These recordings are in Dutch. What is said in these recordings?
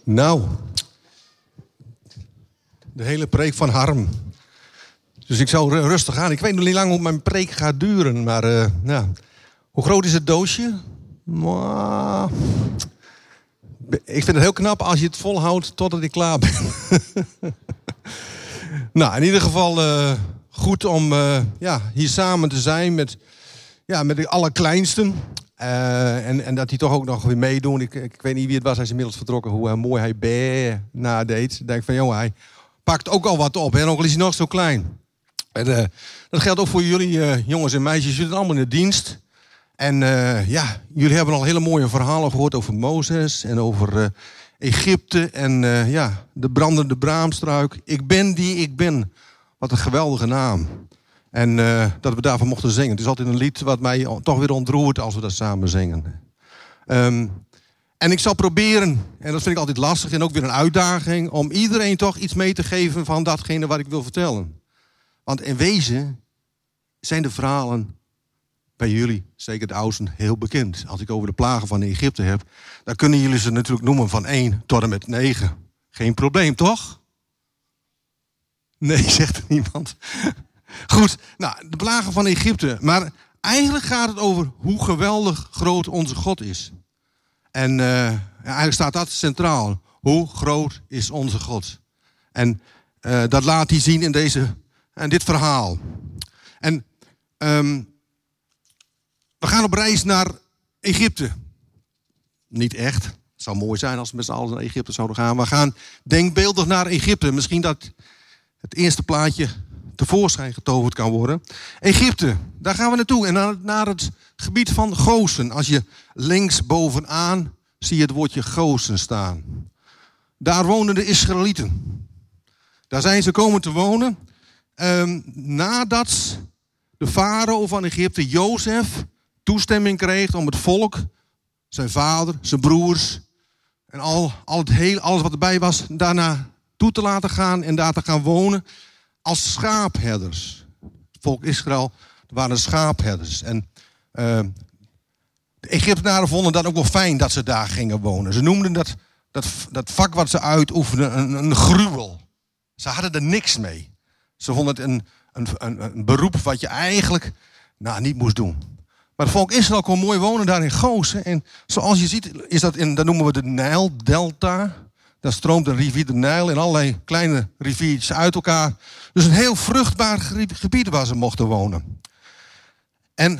Nou, de hele preek van Harm. Dus ik zou rustig gaan. Ik weet nog niet lang hoe mijn preek gaat duren. Maar ja. Hoe groot is het doosje? Maar ik vind het heel knap als je het volhoudt totdat ik klaar ben. Nou, in ieder geval goed om hier samen te zijn met de allerkleinsten. En dat die toch ook nog weer meedoen. Ik weet niet wie het was, hij is inmiddels vertrokken. Hoe mooi hij nadeed. Ik denk van, jongen, hij pakt ook al wat op. En ook al is hij nog zo klein. En, dat geldt ook voor jullie jongens en meisjes. Jullie zijn allemaal in de dienst. En jullie hebben al hele mooie verhalen gehoord over Mozes. En over Egypte. En de brandende braamstruik. Ik ben die ik ben. Wat een geweldige naam. En dat we daarvan mochten zingen. Het is altijd een lied wat mij toch weer ontroert als we dat samen zingen. En ik zal proberen, en dat vind ik altijd lastig en ook weer een uitdaging, om iedereen toch iets mee te geven van datgene wat ik wil vertellen. Want in wezen zijn de verhalen bij jullie, zeker de oudsten, heel bekend. Als ik over de plagen van Egypte heb, dan kunnen jullie ze natuurlijk noemen van 1 tot en met 9. Geen probleem, toch? Nee, zegt er niemand. Goed, nou, de plagen van Egypte. Maar eigenlijk gaat het over hoe geweldig groot onze God is. En eigenlijk staat dat centraal. Hoe groot is onze God? En dat laat hij zien in dit verhaal. En we gaan op reis naar Egypte. Niet echt. Het zou mooi zijn als we met z'n allen naar Egypte zouden gaan. We gaan denkbeeldig naar Egypte. Misschien dat het eerste plaatje tevoorschijn getoverd kan worden. Egypte, daar gaan we naartoe. En naar het gebied van Gozen. Als je links bovenaan zie je het woordje Gozen staan. Daar wonen de Israëlieten. Daar zijn ze komen te wonen. Nadat de farao van Egypte, Jozef, toestemming kreeg om het volk, zijn vader, zijn broers en alles wat erbij was, daarna toe te laten gaan en daar te gaan wonen als schaapherders. Het volk Israël waren schaapherders. En de Egyptenaren vonden dat ook wel fijn dat ze daar gingen wonen. Ze noemden dat vak wat ze uitoefenden een gruwel. Ze hadden er niks mee. Ze vonden het een beroep wat je eigenlijk niet moest doen. Maar het volk Israël kon mooi wonen daar in Gozen. En zoals je ziet, is dat dat noemen we de Nijldelta. Daar stroomt de rivier de Nijl in allerlei kleine riviertjes uit elkaar. Dus een heel vruchtbaar gebied waar ze mochten wonen. En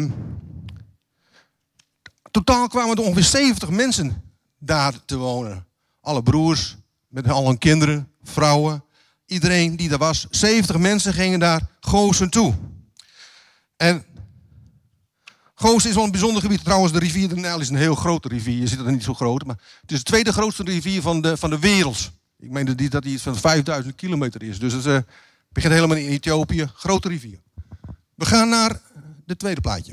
totaal kwamen er ongeveer 70 mensen daar te wonen. Alle broers, met al hun kinderen, vrouwen. Iedereen die daar was. 70 mensen gingen daar Gozen toe. En Gozen is wel een bijzonder gebied. Trouwens, de rivier de Nijl is een heel grote rivier. Je ziet het niet zo groot, maar het is de tweede grootste rivier van de wereld. Ik meen dat die iets van 5000 kilometer is. Dus het begint helemaal in Ethiopië. Grote rivier. We gaan naar het tweede plaatje.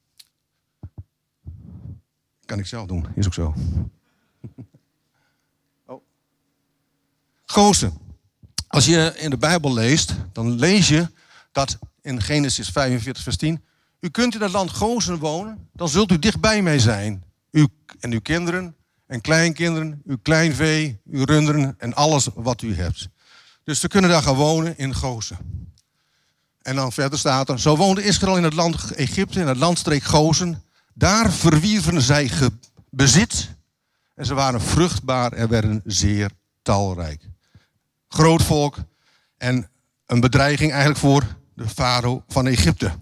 Kan ik zelf doen, is ook zo. Gozen. Als je in de Bijbel leest, dan lees je dat in Genesis 45 vers 10... U kunt in het land Gozen wonen, dan zult u dichtbij mij zijn. U en uw kinderen en kleinkinderen, uw kleinvee, uw runderen en alles wat u hebt. Dus ze kunnen daar gaan wonen in Gozen. En dan verder staat er, zo woonde Israël in het land Egypte, in het landstreek Gozen. Daar verwierven zij bezit en ze waren vruchtbaar en werden zeer talrijk. Groot volk en een bedreiging eigenlijk voor de farao van Egypte.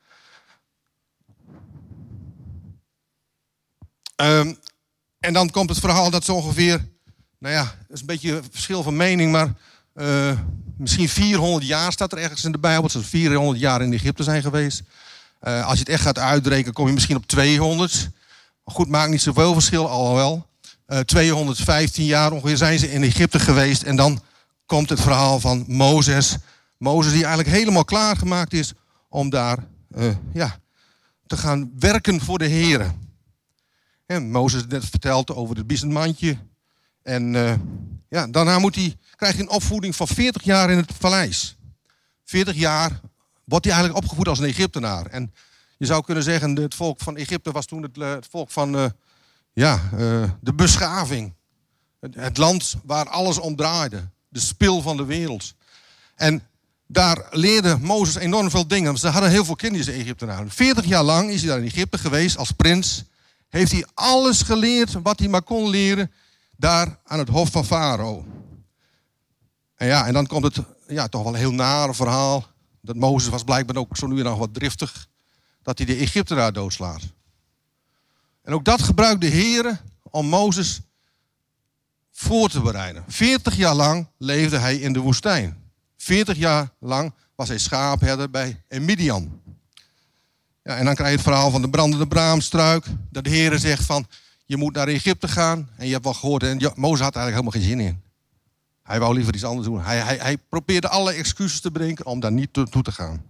En dan komt het verhaal dat zo ongeveer, dat is een beetje een verschil van mening, maar misschien 400 jaar staat er ergens in de Bijbel. Dat ze 400 jaar in Egypte zijn geweest. Als je het echt gaat uitrekenen, kom je misschien op 200. Maar goed, maakt niet zoveel verschil, alhoewel. 215 jaar ongeveer zijn ze in Egypte geweest. En dan komt het verhaal van Mozes. Mozes die eigenlijk helemaal klaargemaakt is om daar te gaan werken voor de Here. En Mozes net verteld over het biezenmandje. En daarna krijgt hij een opvoeding van 40 jaar in het paleis. 40 jaar wordt hij eigenlijk opgevoed als een Egyptenaar. En je zou kunnen zeggen, het volk van Egypte was toen het volk van de beschaving. Het land waar alles om draaide. De spil van de wereld. En daar leerde Mozes enorm veel dingen. Ze hadden heel veel kinderen, de Egyptenaren. 40 jaar lang is hij daar in Egypte geweest als prins. Heeft hij alles geleerd wat hij maar kon leren. Daar aan het hof van Farao. En dan komt het toch wel een heel nare verhaal. Dat Mozes was blijkbaar ook zo nu en dan wat driftig. Dat hij de Egyptenaar doodslaat. En ook dat gebruikt de Heer om Mozes voor te bereiden. 40 jaar lang leefde hij in de woestijn. 40 jaar lang was hij schaapherder bij Midian. Ja, en dan krijg je het verhaal van de brandende braamstruik. Dat de Heer zegt van, je moet naar Egypte gaan. En je hebt wel gehoord, en Mozes had eigenlijk helemaal geen zin in. Hij wou liever iets anders doen. Hij probeerde alle excuses te bedenken om daar niet toe te gaan.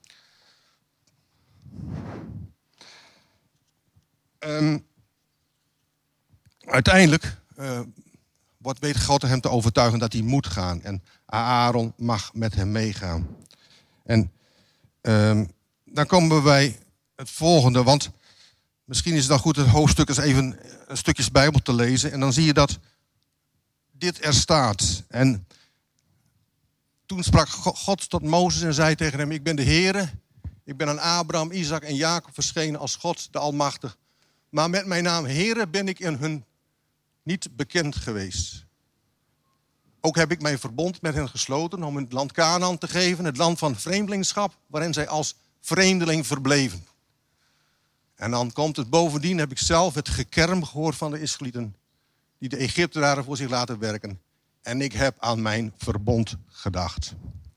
Uiteindelijk weet God hem te overtuigen dat hij moet gaan. En Aaron mag met hem meegaan. En dan komen we bij het volgende. Want misschien is het dan goed het hoofdstuk eens even een stukjes Bijbel te lezen. En dan zie je dat dit er staat. En toen sprak God tot Mozes en zei tegen hem: ik ben de Heere. Ik ben aan Abraham, Isaac en Jacob verschenen als God, de Almachtige. Maar met mijn naam Heere ben ik in hun niet bekend geweest. Ook heb ik mijn verbond met hen gesloten om hun het land Kanaan te geven. Het land van vreemdelingschap, waarin zij als vreemdeling verbleven. En dan komt het bovendien, heb ik zelf het gekerm gehoord van de Israëlieten. Die de Egyptenaren voor zich laten werken. En ik heb aan mijn verbond gedacht.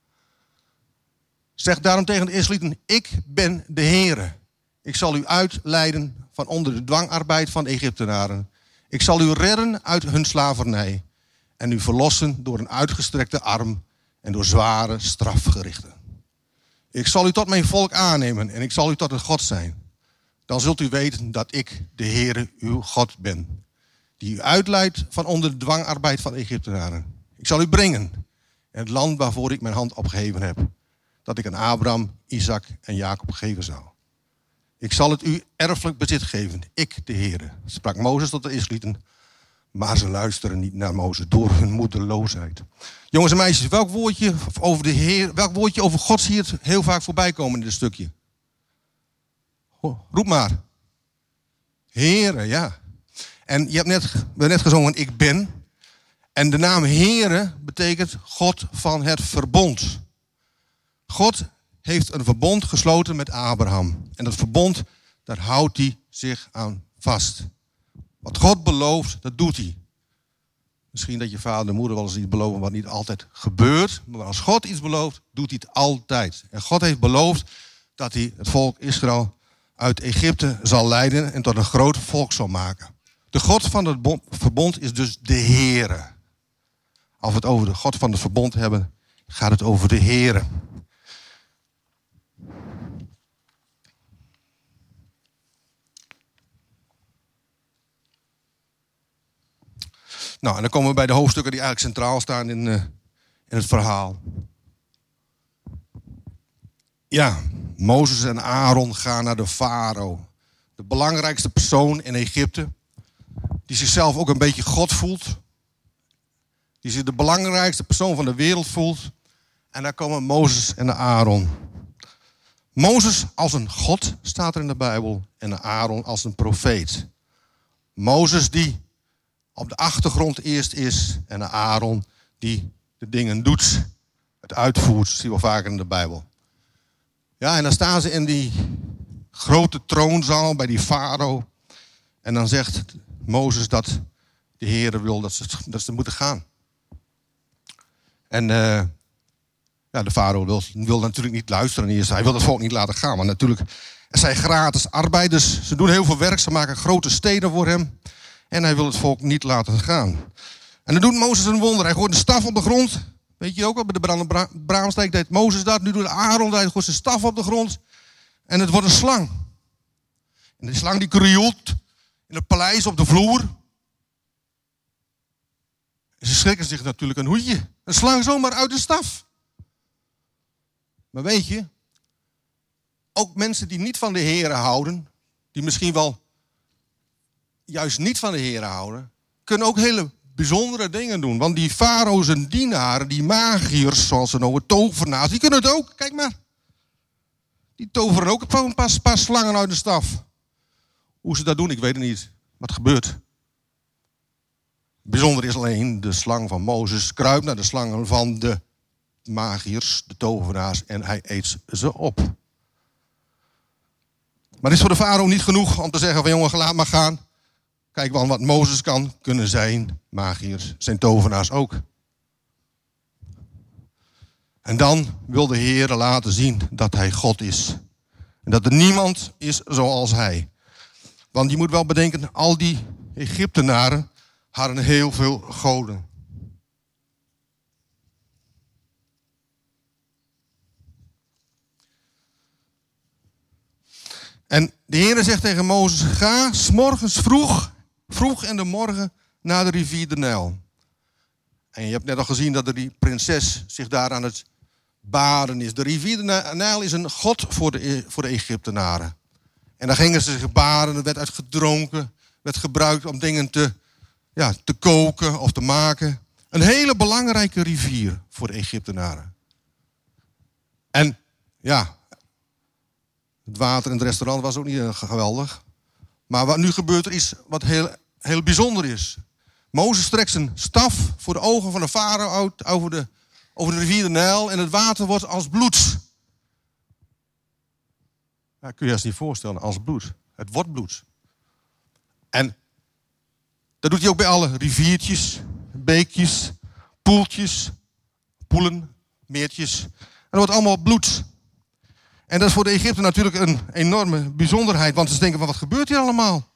Zeg daarom tegen de Israëlieten: ik ben de Heere. Ik zal u uitleiden van onder de dwangarbeid van de Egyptenaren. Ik zal u redden uit hun slavernij. En u verlossen door een uitgestrekte arm en door zware strafgerichten. Ik zal u tot mijn volk aannemen en ik zal u tot een God zijn. Dan zult u weten dat ik de Heere uw God ben. Die u uitleidt van onder de dwangarbeid van de Egyptenaren. Ik zal u brengen in het land waarvoor ik mijn hand opgeheven heb. Dat ik aan Abraham, Isaac en Jacob geven zou. Ik zal het u erfelijk bezit geven, ik de Heere. Sprak Mozes tot de Israëlieten, maar ze luisteren niet naar Mozes door hun moedeloosheid. Jongens en meisjes, welk woordje over God zie je het heel vaak voorbij komen in dit stukje? Roep maar. Heere, ja. En we hebben net gezongen, ik ben. En de naam Heere betekent God van het verbond. God heeft een verbond gesloten met Abraham. En dat verbond, daar houdt hij zich aan vast. Wat God belooft, dat doet hij. Misschien dat je vader en moeder wel eens iets beloven wat niet altijd gebeurt. Maar als God iets belooft, doet hij het altijd. En God heeft beloofd dat hij het volk Israël uit Egypte zal leiden en tot een groot volk zal maken. De God van het verbond is dus de Heere. Als we het over de God van het verbond hebben, gaat het over de Heere. Nou, en dan komen we bij de hoofdstukken die eigenlijk centraal staan in het verhaal. Ja, Mozes en Aaron gaan naar de farao. De belangrijkste persoon in Egypte. Die zichzelf ook een beetje God voelt. Die zich de belangrijkste persoon van de wereld voelt. En daar komen Mozes en Aaron. Mozes als een God staat er in de Bijbel. En Aaron als een profeet. Mozes die op de achtergrond eerst is. En Aaron die de dingen doet. Het uitvoert, dat zien we vaker in de Bijbel. Ja, en dan staan ze in die grote troonzaal bij die farao. En dan zegt Mozes dat de Heere wil dat ze moeten gaan. En de farao wil natuurlijk niet luisteren. Hij wil het volk niet laten gaan. Maar natuurlijk, er zijn gratis arbeiders. Ze doen heel veel werk. Ze maken grote steden voor hem. En hij wil het volk niet laten gaan. En dan doet Mozes een wonder. Hij gooit een staf op de grond. Weet je ook wel, bij de brandende braamstruik deed Mozes dat. Nu doet Aaron dat. Hij gooit zijn staf op de grond. En het wordt een slang. En die slang die krioelt in het paleis op de vloer. En ze schrikken zich natuurlijk een hoedje. Een slang zomaar uit de staf. Maar weet je, ook mensen die niet van de Heere houden, die misschien wel juist niet van de Heere houden, kunnen ook hele bijzondere dingen doen. Want die farao zijn dienaren, die magiërs, zoals ze noemen, tovenaars, die kunnen het ook. Kijk maar. Die toveren ook een paar slangen uit de staf. Hoe ze dat doen, ik weet het niet. Wat gebeurt? Bijzonder is alleen, de slang van Mozes kruipt naar de slangen van de magiërs, de tovenaars, en hij eet ze op. Maar het is voor de farao niet genoeg om te zeggen van jongen, laat maar gaan. Kijk, want wat Mozes kan, kunnen zijn magiërs, zijn tovenaars ook. En dan wil de Heer laten zien dat hij God is. En dat er niemand is zoals hij. Want je moet wel bedenken, al die Egyptenaren hadden heel veel goden. En de Heer zegt tegen Mozes, ga 's morgens vroeg in de morgen naar de rivier de Nijl. En je hebt net al gezien dat die prinses zich daar aan het baden is. De rivier de Nijl is een god voor de Egyptenaren. En daar gingen ze zich baden, er werd uit gedronken, werd gebruikt om dingen te koken of te maken. Een hele belangrijke rivier voor de Egyptenaren. En ja, het water in het restaurant was ook niet geweldig. Maar wat nu gebeurt er iets wat heel bijzonder is. Mozes trekt zijn staf voor de ogen van de farao over de rivier de Nijl en het water wordt als bloed. Ja, kun je je dat niet voorstellen, als bloed. Het wordt bloed. En dat doet hij ook bij alle riviertjes, beekjes, poelen, meertjes. En dat wordt allemaal bloed. En dat is voor de Egypten natuurlijk een enorme bijzonderheid. Want ze denken van wat gebeurt hier allemaal?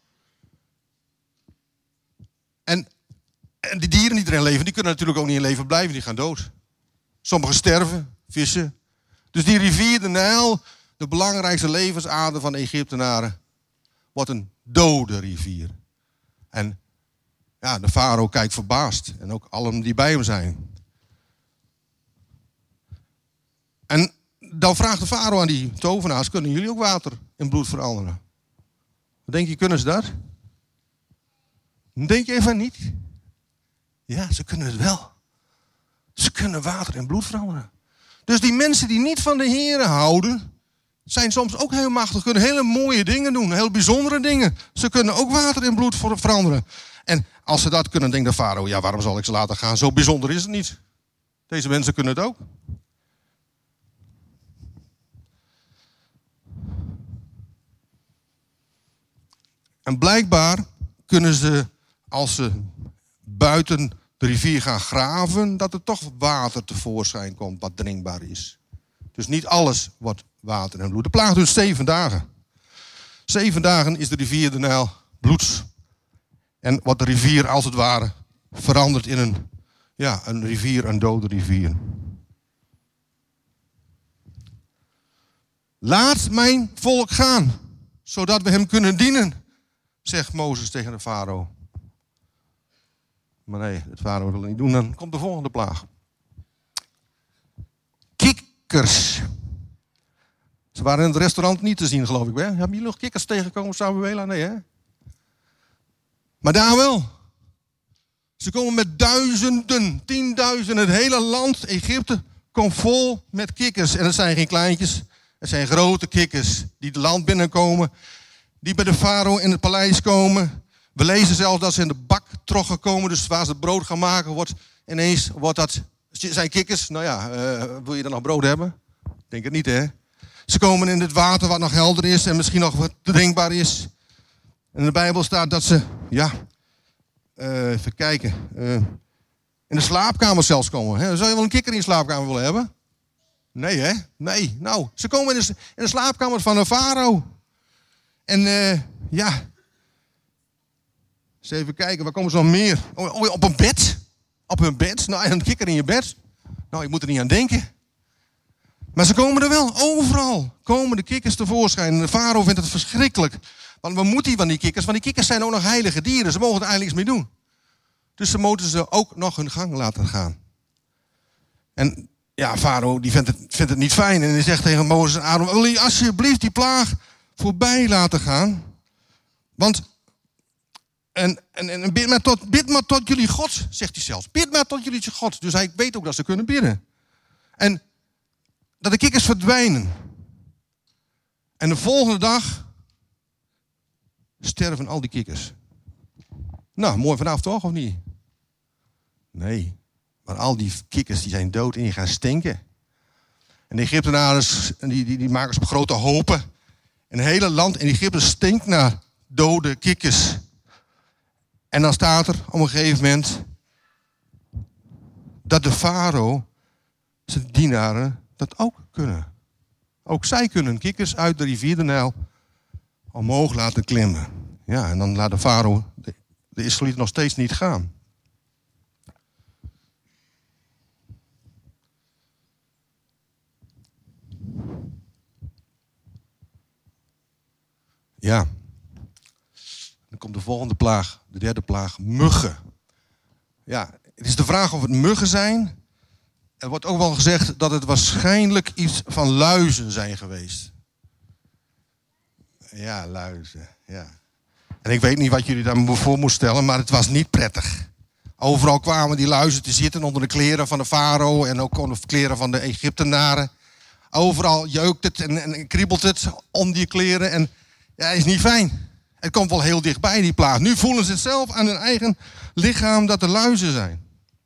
En die dieren die erin leven, die kunnen natuurlijk ook niet in leven blijven. Die gaan dood. Sommigen sterven, vissen. Dus die rivier, de Nijl, de belangrijkste levensader van de Egyptenaren, wordt een dode rivier. En ja, de farao kijkt verbaasd. En ook allen die bij hem zijn. En dan vraagt de farao aan die tovenaars, kunnen jullie ook water in bloed veranderen? Wat denk je, kunnen ze dat? Denk je even niet? Ja, ze kunnen het wel. Ze kunnen water in bloed veranderen. Dus die mensen die niet van de Heere houden, zijn soms ook heel machtig, kunnen hele mooie dingen doen, heel bijzondere dingen. Ze kunnen ook water in bloed veranderen. En als ze dat kunnen, denkt de farao, ja, waarom zal ik ze laten gaan? Zo bijzonder is het niet. Deze mensen kunnen het ook. En blijkbaar kunnen ze, als ze buiten de rivier gaan graven, dat er toch water tevoorschijn komt wat drinkbaar is. Dus niet alles wordt water en bloed. De plaag duurt 7 dagen. 7 dagen is de rivier de Nijl bloeds. En wordt de rivier als het ware veranderd in een rivier, een dode rivier. Laat mijn volk gaan, zodat we hem kunnen dienen, zegt Mozes tegen de farao. Maar nee, het farao wil het niet doen. Dan komt de volgende plaag. Kikkers. Ze waren in het restaurant niet te zien, geloof ik. Hè? Hebben jullie nog kikkers tegengekomen, Samuela? Nee, hè? Maar daar wel. Ze komen met duizenden, 10.000. Het hele land, Egypte, komt vol met kikkers. En het zijn geen kleintjes. Het zijn grote kikkers die het land binnenkomen. Die bij de farao in het paleis komen. We lezen zelfs dat ze in de baktroggen komen. Dus waar ze brood gaan maken, wordt dat... Zijn kikkers? Nou ja, wil je dan nog brood hebben? Denk het niet, hè? Ze komen in het water wat nog helder is en misschien nog wat drinkbaar is. En in de Bijbel staat dat ze, even kijken, in de slaapkamer zelfs komen. Hè? Zou je wel een kikker in je slaapkamer willen hebben? Nee, hè? Nee. Nou, ze komen in de slaapkamer van een farao. En eens even kijken, waar komen ze nog meer? Op een bed. Op hun bed. Nou, een kikker in je bed. Nou, ik moet er niet aan denken. Maar ze komen er wel. Overal komen de kikkers tevoorschijn. En de farao vindt het verschrikkelijk. Want wat moet hij van die kikkers? Want die kikkers zijn ook nog heilige dieren. Ze mogen er eigenlijk niks mee doen. Dus ze moeten ze ook nog hun gang laten gaan. En ja, farao die vindt het niet fijn. En hij zegt tegen Mozes en Aaron, wil je alsjeblieft die plaag voorbij laten gaan? Want En bid maar tot jullie God, zegt hij zelfs. Bid maar tot jullie God. Dus hij weet ook dat ze kunnen bidden. En dat de kikkers verdwijnen. En de volgende dag sterven al die kikkers. Nou, mooi vanaf toch, of niet? Nee. Maar al die kikkers die zijn dood en die gaan stinken. En de Egyptenaren die maken ze op grote hopen. En het hele land in Egypte stinkt naar dode kikkers. En dan staat er op een gegeven moment dat de farao, zijn dienaren, dat ook kunnen. Ook zij kunnen kikkers uit de rivier de Nijl omhoog laten klimmen. Ja, en dan laat de farao de Israëlieten nog steeds niet gaan. Ja. Dan komt de volgende plaag, de derde plaag, muggen. Ja, het is de vraag of het muggen zijn. Er wordt ook wel gezegd dat het waarschijnlijk iets van luizen zijn geweest. Ja, luizen, ja. En ik weet niet wat jullie daar voor moeten stellen, maar het was niet prettig. Overal kwamen die luizen te zitten onder de kleren van de farao en ook onder de kleren van de Egyptenaren. Overal jeukt het en kriebelt het om die kleren en ja, het is niet fijn. Het komt wel heel dichtbij, die plaag. Nu voelen ze het zelf aan hun eigen lichaam dat er luizen zijn.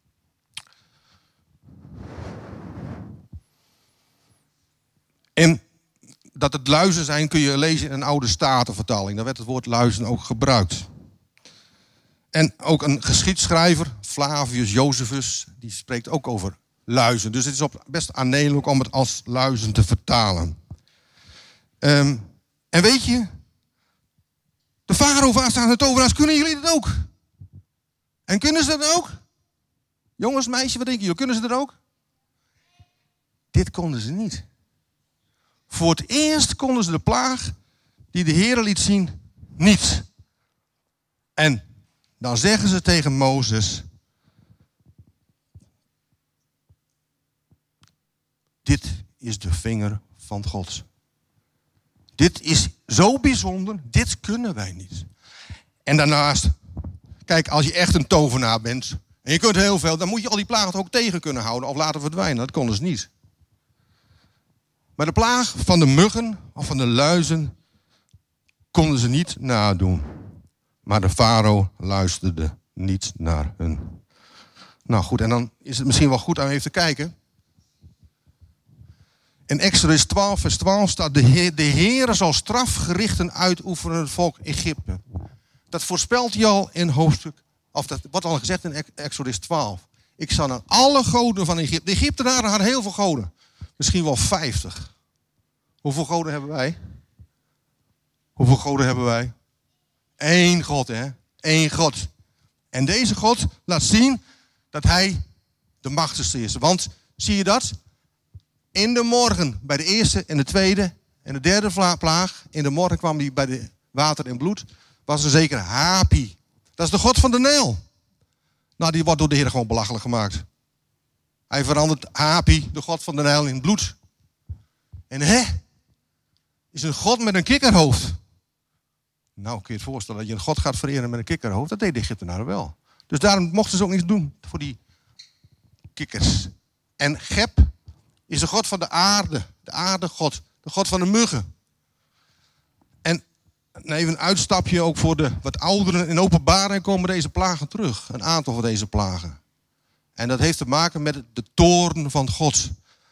En dat het luizen zijn kun je lezen in een oude Statenvertaling. Daar werd het woord luizen ook gebruikt. En ook een geschiedschrijver, Flavius Josephus, die spreekt ook over luizen. Dus het is best aannemelijk om het als luizen te vertalen. En weet je, de farao aan het tovenaars, kunnen jullie dat ook? En kunnen ze dat ook? Jongens, meisjes, wat denken jullie? Kunnen ze dat ook? Dit konden ze niet. Voor het eerst konden ze de plaag die de Heer liet zien niet. En dan zeggen ze tegen Mozes: dit is de vinger van God. Dit is zo bijzonder, dit kunnen wij niet. En daarnaast, kijk, als je echt een tovenaar bent en je kunt heel veel, dan moet je al die plagen ook tegen kunnen houden of laten verdwijnen. Dat konden ze niet. Maar de plaag van de muggen of van de luizen konden ze niet nadoen. Maar de farao luisterde niet naar hun. Nou goed, en dan is het misschien wel goed om even te kijken. In Exodus 12, vers 12 staat: de Heere zal strafgerichten uitoefenen het volk Egypte. Dat voorspelt hij al in hoofdstuk, of dat wordt al gezegd in Exodus 12. Ik zal aan alle goden van Egypte. De Egyptenaren hadden heel veel goden. Misschien wel 50. Hoeveel goden hebben wij? Hoeveel goden hebben wij? 1 God, hè? 1 God. En deze God laat zien dat hij de machtigste is. Want, zie je dat? In de morgen, bij de eerste en de tweede en de derde plaag, in de morgen kwam hij bij de water en bloed, was er zeker Hapi. Dat is de God van de Nijl. Nou, die wordt door de Heer gewoon belachelijk gemaakt. Hij verandert Hapi, de God van de Nijl, in bloed. En is een God met een kikkerhoofd. Nou, kun je het voorstellen dat je een God gaat vereren met een kikkerhoofd? Dat deed de Egyptenaren wel. Dus daarom mochten ze ook niets doen voor die kikkers. En Geb is de God van de aardegod, de God van de muggen. En even een uitstapje ook voor de wat ouderen. In Openbaring komen deze plagen terug. Een aantal van deze plagen. En dat heeft te maken met de toorn van God.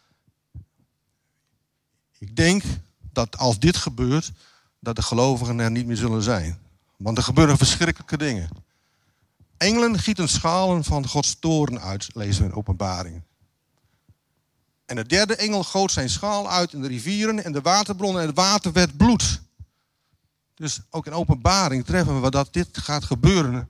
Ik denk dat als dit gebeurt, dat de gelovigen er niet meer zullen zijn. Want er gebeuren verschrikkelijke dingen. Engelen gieten schalen van Gods toorn uit, lezen we in Openbaring. En de derde engel goot zijn schaal uit in de rivieren en de waterbronnen en het water werd bloed. Dus ook in Openbaring treffen we dat dit gaat gebeuren.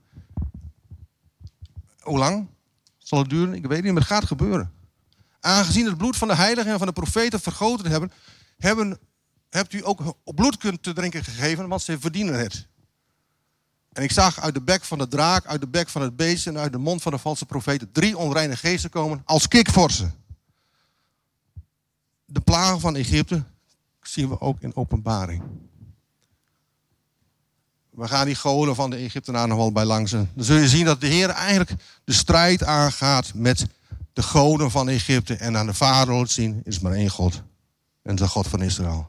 Hoe lang zal het duren? Ik weet niet, maar het gaat gebeuren. Aangezien het bloed van de heiligen en van de profeten vergoten hebt u ook bloed te drinken gegeven, want ze verdienen het. En ik zag uit de bek van de draak, uit de bek van het beest en uit de mond van de valse profeten 3 onreine geesten komen als kikvorsen. De plagen van Egypte zien we ook in Openbaring. We gaan die goden van de Egyptenaren nog wel bij langs. Dan zul je zien dat de Heer eigenlijk de strijd aangaat met de goden van Egypte. En aan de farao het zien, is maar één God. En de God van Israël.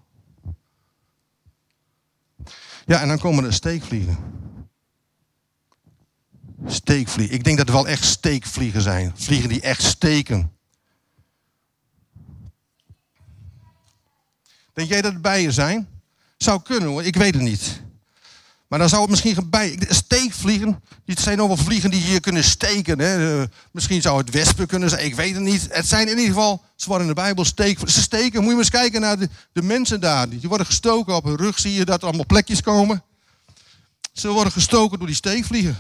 Ja, en dan komen de steekvliegen. Steekvliegen. Ik denk dat er wel echt steekvliegen zijn. Vliegen die echt steken. Denk jij dat het bijen zijn? Zou kunnen hoor, ik weet het niet. Maar dan zou het misschien steekvliegen, dit zijn nog wel vliegen die hier kunnen steken. Hè. Misschien zou het wespen kunnen zijn, ik weet het niet. Het zijn in ieder geval, ze worden in de Bijbel steken. Ze steken, moet je maar eens kijken naar de mensen daar. Die worden gestoken, op hun rug zie je dat er allemaal plekjes komen. Ze worden gestoken door die steekvliegen.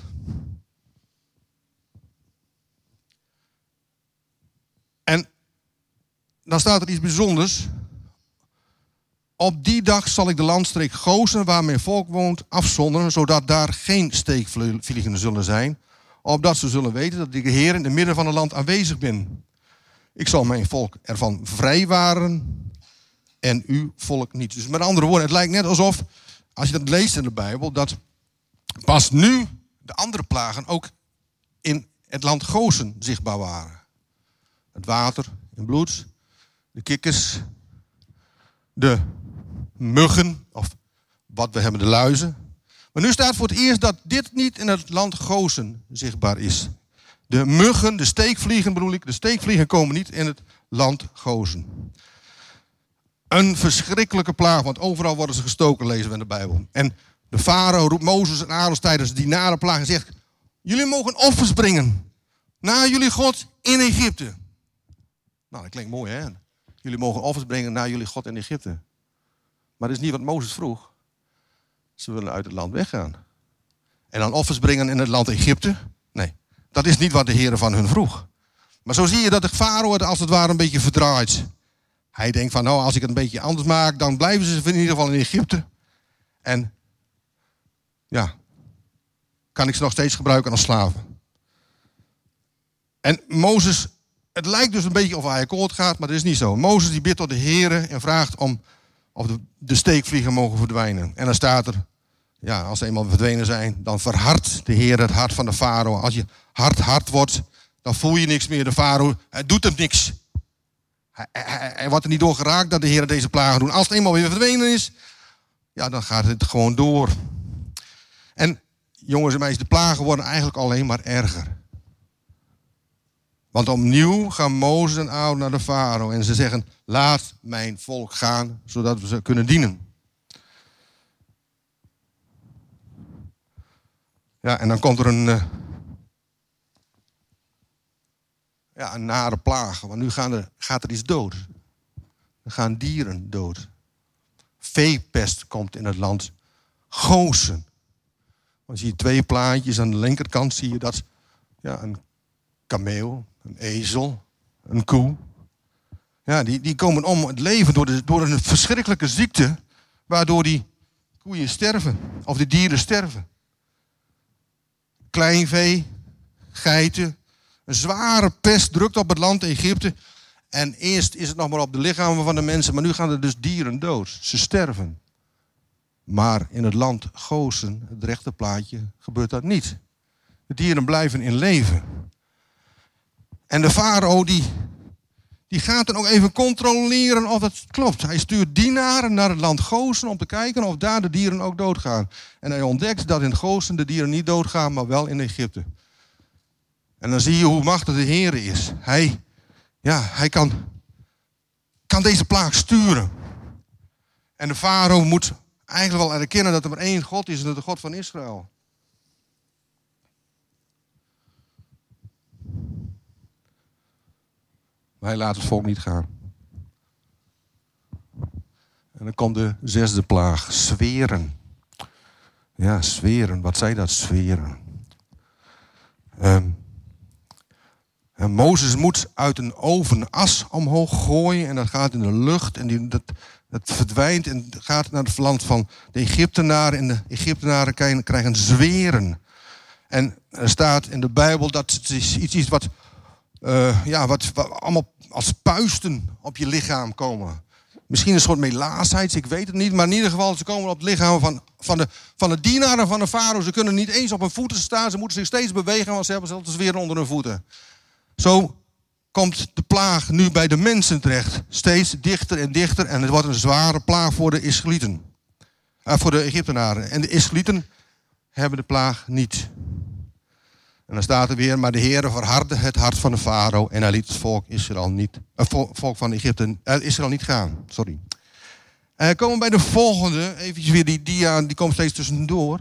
En dan staat er iets bijzonders. Op die dag zal ik de landstreek Gozen, waar mijn volk woont, afzonderen, zodat daar geen steekvliegen zullen zijn, opdat ze zullen weten dat ik de Heer in het midden van het land aanwezig ben. Ik zal mijn volk ervan vrijwaren en uw volk niet. Dus met andere woorden, het lijkt net alsof, als je dat leest in de Bijbel, dat pas nu de andere plagen ook in het land Gozen zichtbaar waren. Het water in bloed, de kikkers, de muggen, of wat we hebben, de luizen. Maar nu staat voor het eerst dat dit niet in het land Gozen zichtbaar is. De muggen, de steekvliegen bedoel ik, de steekvliegen komen niet in het land Gozen. Een verschrikkelijke plaag, want overal worden ze gestoken, lezen we in de Bijbel. En de farao roept Mozes en Aaron tijdens die nare plaag en zegt: jullie mogen offers brengen naar jullie God in Egypte. Nou, dat klinkt mooi, hè? Jullie mogen offers brengen naar jullie God in Egypte. Maar dat is niet wat Mozes vroeg. Ze willen uit het land weggaan. En dan offers brengen in het land Egypte? Nee, dat is niet wat de Heer van hun vroeg. Maar zo zie je dat de farao het als het ware een beetje verdraait. Hij denkt van, nou, als ik het een beetje anders maak, dan blijven ze in ieder geval in Egypte. En ja, kan ik ze nog steeds gebruiken als slaven. En Mozes, het lijkt dus een beetje of hij akkoord gaat, maar dat is niet zo. Mozes die bidt tot de Heer en vraagt om of de steekvliegen mogen verdwijnen. En dan staat er, ja, als ze eenmaal verdwenen zijn, dan verhardt de Heer het hart van de farao. Als je hard wordt, dan voel je niks meer. De farao, hij doet hem niks. Hij wordt er niet door geraakt dat de Heer deze plagen doet. Als het eenmaal weer verdwenen is, ja, dan gaat het gewoon door. En jongens en meisjes, de plagen worden eigenlijk alleen maar erger. Want opnieuw gaan Mozes en Aaron naar de farao en ze zeggen: laat mijn volk gaan, zodat we ze kunnen dienen. Ja, en dan komt er een nare plaag. Want nu gaat er iets dood. Er gaan dieren dood. Veepest komt in het land Gozen. Dan zie je twee plaatjes. Aan de linkerkant zie je dat een kameel, een ezel, een koe. Ja, die komen om het leven door een verschrikkelijke ziekte, waardoor die koeien sterven, of de dieren sterven. Kleinvee, geiten, een zware pest drukt op het land Egypte. En eerst is het nog maar op de lichamen van de mensen, maar nu gaan er dus dieren dood. Ze sterven. Maar in het land Gozen, het rechte plaatje, gebeurt dat niet. De dieren blijven in leven. En de farao die gaat dan ook even controleren of dat klopt. Hij stuurt dienaren naar het land Gozen om te kijken of daar de dieren ook doodgaan. En hij ontdekt dat in Gozen de dieren niet doodgaan, maar wel in Egypte. En dan zie je hoe machtig de Heer is. Hij kan deze plaag sturen. En de farao moet eigenlijk wel erkennen dat er maar één God is en dat de God van Israël. Maar hij laat het volk niet gaan. En dan komt de zesde plaag. Zweren. Ja, zweren. Wat zei dat? Zweren. En Mozes moet uit een oven as omhoog gooien. En dat gaat in de lucht. En dat verdwijnt en gaat naar het land van de Egyptenaren. En de Egyptenaren krijgen zweren. En er staat in de Bijbel dat het is iets wat allemaal als puisten op je lichaam komen. Misschien een soort melaasheid, ik weet het niet. Maar in ieder geval, ze komen op het lichaam van de dienaren van de farao. Ze kunnen niet eens op hun voeten staan. Ze moeten zich steeds bewegen, want ze hebben zelfs weer onder hun voeten. Zo komt de plaag nu bij de mensen terecht. Steeds dichter en dichter. En het wordt een zware plaag voor de Israëlieten. Voor de Egyptenaren. En de Israëlieten hebben de plaag niet. En dan staat er weer, maar de Heere verhardde het hart van de farao en hij liet het volk Israël niet, volk van Egypte, Israël niet gaan. Sorry. Komen we bij de volgende, eventjes weer die dia, die komt steeds tussendoor.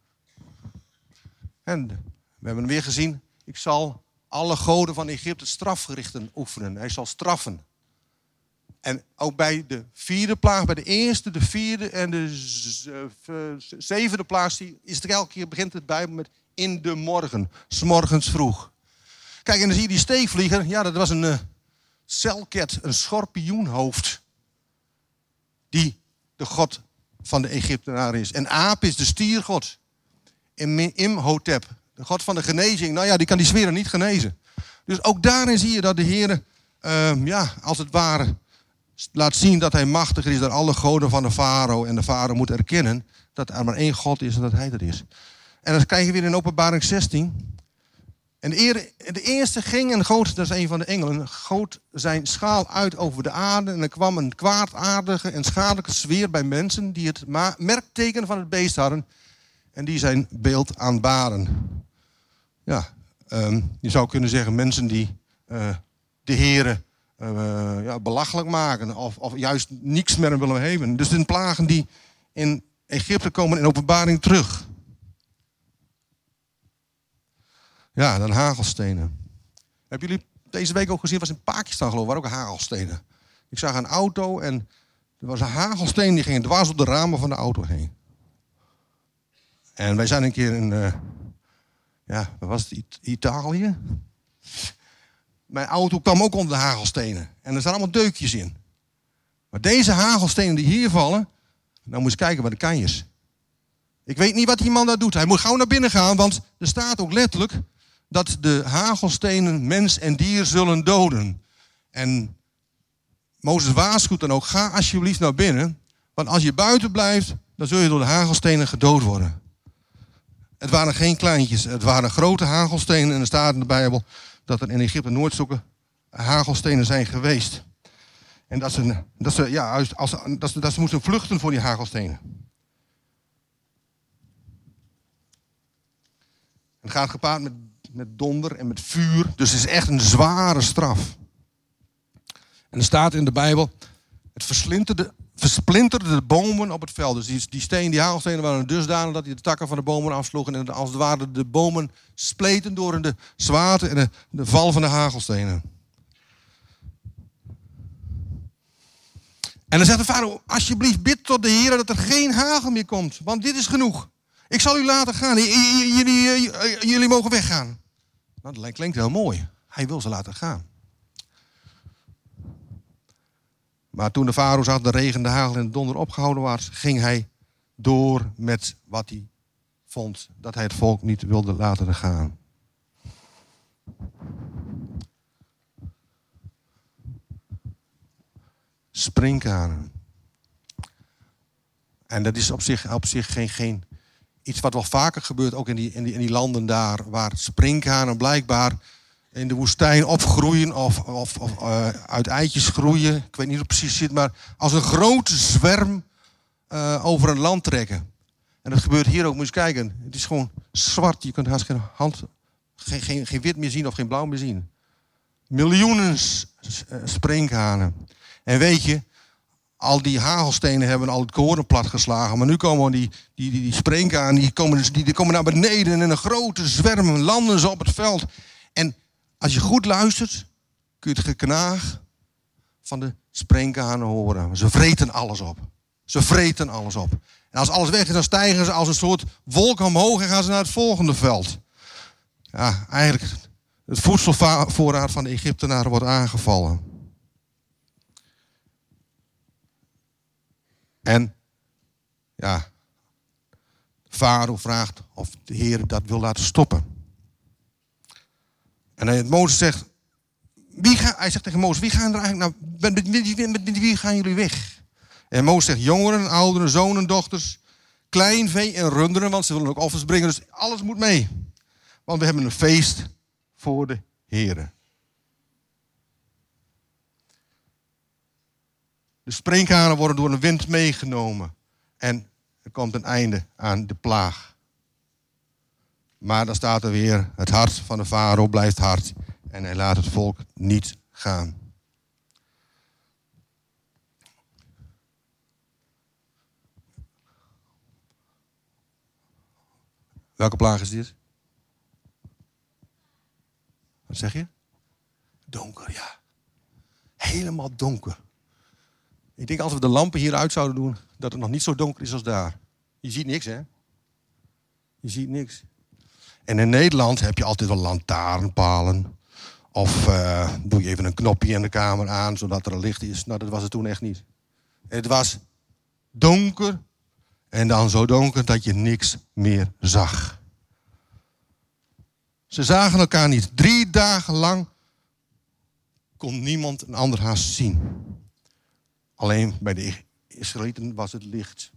En we hebben hem weer gezien. Ik zal alle goden van Egypte strafgerichten oefenen. Hij zal straffen. En ook bij de vierde plaag, bij de eerste, de vierde en de zevende plaag, is het elke keer begint het Bijbel met in de morgen, 's morgens vroeg. Kijk, en dan zie je die steekvlieger. Ja, dat was een celket, een schorpioenhoofd. Die de god van de Egyptenaren is. En Aap is de stiergod. En Imhotep, de god van de genezing. Nou ja, die kan die zweren niet genezen. Dus ook daarin zie je dat de Heer, als het ware, laat zien dat hij machtiger is dan alle goden van de farao. En de farao moet erkennen dat er maar één God is en dat hij er is. En dan krijg je weer in Openbaring 16. En de eerste ging en goot, dat is een van de engelen, goot zijn schaal uit over de aarde. En er kwam een kwaadaardige en schadelijke zweer bij mensen die het merkteken van het beest hadden. En die zijn beeld aanbaren. Ja, je zou kunnen zeggen mensen die de Heere belachelijk maken. Of juist niks meer willen hebben. Dus de plagen die in Egypte komen in Openbaring terug. Ja, dan hagelstenen. Hebben jullie deze week ook gezien, was in Pakistan geloof ik, waar ook hagelstenen. Ik zag een auto en er was een hagelsteen die ging dwars op de ramen van de auto heen. En wij zijn een keer in, waar was het, Italië? Mijn auto kwam ook onder de hagelstenen. En er staan allemaal deukjes in. Maar deze hagelstenen die hier vallen, nou moet je kijken bij de kanjers. Ik weet niet wat die man daar doet. Hij moet gauw naar binnen gaan, want er staat ook letterlijk dat de hagelstenen mens en dier zullen doden. En Mozes waarschuwt dan ook, ga alsjeblieft naar binnen. Want als je buiten blijft, dan zul je door de hagelstenen gedood worden. Het waren geen kleintjes, het waren grote hagelstenen. En er staat in de Bijbel dat er in Egypte nooit zulke hagelstenen zijn geweest. En dat ze moesten vluchten voor die hagelstenen. Het gaat gepaard met donder en met vuur. Dus het is echt een zware straf. En er staat in de Bijbel, het versplinterde de bomen op het veld. Dus die hagelstenen waren dusdanig dat hij de takken van de bomen afsloeg. En als het ware de bomen spleten door de zwaarte en de val van de hagelstenen. En dan zegt de farao, alsjeblieft bid tot de Heer dat er geen hagel meer komt. Want dit is genoeg. Ik zal u laten gaan. Jullie mogen weggaan. Nou, dat klinkt heel mooi. Hij wil ze laten gaan. Maar toen de farao zag de regen, de hagel en de donder opgehouden was, ging hij door met wat hij vond. Dat hij het volk niet wilde laten gaan. Sprinkhanen. En dat is op zich geen iets wat wel vaker gebeurt, ook in die landen daar, waar sprinkhanen blijkbaar in de woestijn opgroeien of uit eitjes groeien. Ik weet niet hoe het precies zit, maar als een grote zwerm over een land trekken. En dat gebeurt hier ook, moet je kijken. Het is gewoon zwart, je kunt haast geen wit meer zien of geen blauw meer zien. Miljoenen sprinkhanen. En weet je, al die hagelstenen hebben al het koren platgeslagen. Maar nu komen die sprinkhanen, die komen naar beneden. En in een grote zwerm landen ze op het veld. En als je goed luistert, kun je het geknaag van de sprinkhanen horen. Ze vreten alles op. Ze vreten alles op. En als alles weg is, dan stijgen ze als een soort wolk omhoog en gaan ze naar het volgende veld. Ja, eigenlijk het voedselvoorraad van de Egyptenaren wordt aangevallen. En ja, Farao vraagt of de Heer dat wil laten stoppen. En Mozes zegt, hij zegt tegen Mozes, wie gaan er eigenlijk met wie gaan jullie weg? En Mozes zegt jongeren, ouderen, zonen, dochters, klein vee en runderen, want ze willen ook offers brengen. Dus alles moet mee. Want we hebben een feest voor de Here. De sprinkhanen worden door een wind meegenomen. En er komt een einde aan de plaag. Maar dan staat er weer, het hart van de farao blijft hard. En hij laat het volk niet gaan. Welke plaag is dit? Wat zeg je? Donker, ja. Helemaal donker. Ik denk als we de lampen hieruit zouden doen, dat het nog niet zo donker is als daar. Je ziet niks, hè? Je ziet niks. En in Nederland heb je altijd wel lantaarnpalen. Of doe je even een knopje in de kamer aan, zodat er licht is. Nou, dat was het toen echt niet. Het was donker. En dan zo donker dat je niks meer zag. Ze zagen elkaar niet. 3 dagen lang kon niemand een ander haast zien. Alleen bij de Israëlieten was het licht.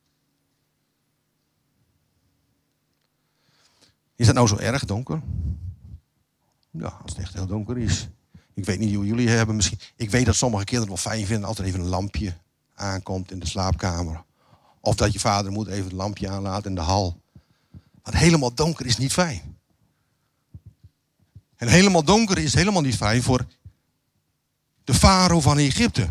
Is dat nou zo erg donker? Ja, als het echt heel donker is. Ik weet niet hoe jullie hebben. Misschien. Ik weet dat sommige kinderen het wel fijn vinden als er even een lampje aankomt in de slaapkamer. Of dat je vader moet even het lampje aanlaten in de hal. Want helemaal donker is niet fijn. En helemaal donker is helemaal niet fijn voor de farao van Egypte.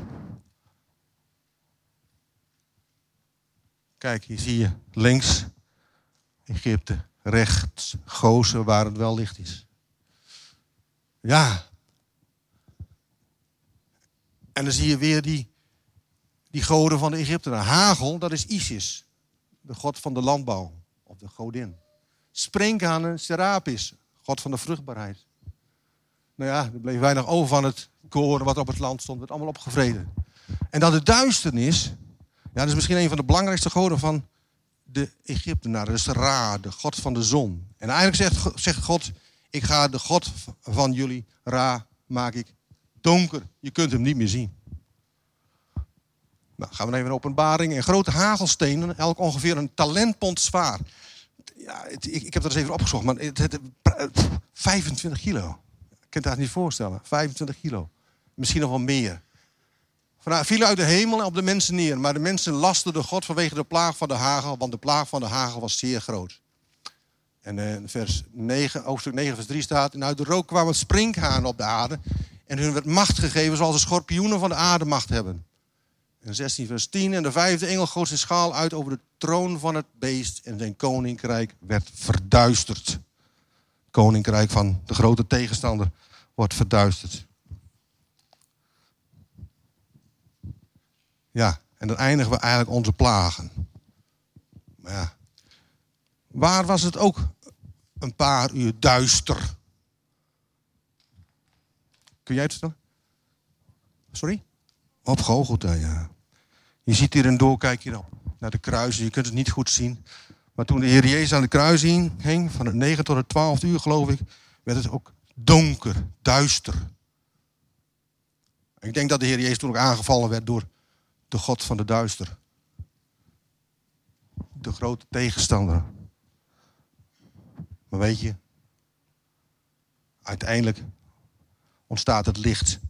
Kijk, hier zie je links Egypte, rechts Gozen waar het wel licht is. Ja. En dan zie je weer die goden van de Egyptenaren. Hagel, dat is Isis, de god van de landbouw, of de godin. Sprinkhanen, Serapis, god van de vruchtbaarheid. Nou ja, er bleef weinig over van het koren wat op het land stond, werd allemaal opgevreden. En dan de duisternis, ja, dat is misschien een van de belangrijkste goden van de Egyptenaren. Dat is Ra, de god van de zon. En eigenlijk zegt God, ik ga de god van jullie, Ra, maak ik donker. Je kunt hem niet meer zien. Nou, gaan we even naar Openbaring. En grote hagelstenen, elk ongeveer een talentpond zwaar. Ja, ik heb dat eens even opgezocht, maar 25 kilo. Ik kan het niet voorstellen. 25 kilo. Misschien nog wel meer. Vielen uit de hemel en op de mensen neer. Maar de mensen lasten de God vanwege de plaag van de hagel. Want de plaag van de hagel was zeer groot. En vers 9, hoofdstuk 9 vers 3 staat. En uit de rook kwamen sprinkhanen op de aarde. En hun werd macht gegeven zoals de schorpioenen van de aarde macht hebben. En 16 vers 10. En de 5e engel goot zijn schaal uit over de troon van het beest. En zijn koninkrijk werd verduisterd. Koninkrijk van de grote tegenstander wordt verduisterd. Ja, en dan eindigen we eigenlijk onze plagen. Maar ja, waar was het ook een paar uur duister? Kun jij het vertellen? Sorry? Op Golgotha, ja. Je ziet hier een doorkijk hierop naar de kruisen. Je kunt het niet goed zien. Maar toen de Heer Jezus aan de kruis hing, van het 9 tot het 12 uur geloof ik, werd het ook donker, duister. Ik denk dat de Heer Jezus toen ook aangevallen werd door de God van de duister. De grote tegenstander. Maar weet je, uiteindelijk ontstaat het licht.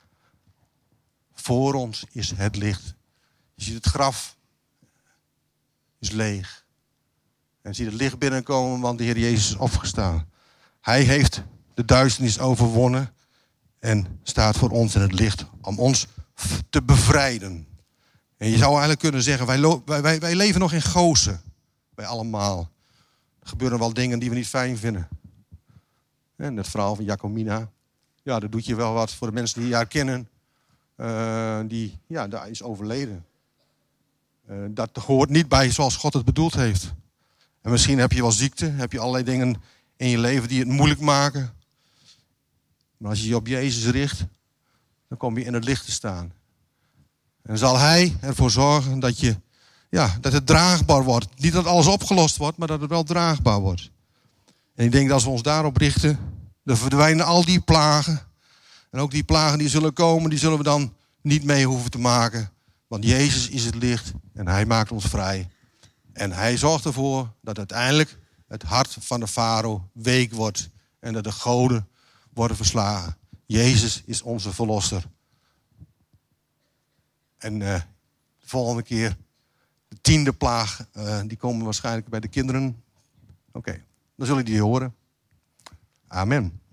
Voor ons is het licht. Je ziet het graf is leeg. En je ziet het licht binnenkomen, want de Heer Jezus is opgestaan. Hij heeft de duisternis overwonnen en staat voor ons in het licht om ons te bevrijden. En je zou eigenlijk kunnen zeggen, wij leven nog in Gozen. Wij allemaal. Er gebeuren wel dingen die we niet fijn vinden. En het verhaal van Jacomina. Ja, dat doet je wel wat voor de mensen die haar kennen. Daar is overleden. Dat hoort niet bij zoals God het bedoeld heeft. En misschien heb je wel ziekte. Heb je allerlei dingen in je leven die het moeilijk maken. Maar als je je op Jezus richt, dan kom je in het licht te staan. En zal Hij ervoor zorgen dat het draagbaar wordt. Niet dat alles opgelost wordt, maar dat het wel draagbaar wordt. En ik denk dat als we ons daarop richten, dan verdwijnen al die plagen. En ook die plagen die zullen komen, die zullen we dan niet mee hoeven te maken. Want Jezus is het licht en hij maakt ons vrij. En hij zorgt ervoor dat uiteindelijk het hart van de farao week wordt. En dat de goden worden verslagen. Jezus is onze verlosser. En de volgende keer, de 10e plaag, die komen waarschijnlijk bij de kinderen. Oké, dan zullen die horen. Amen.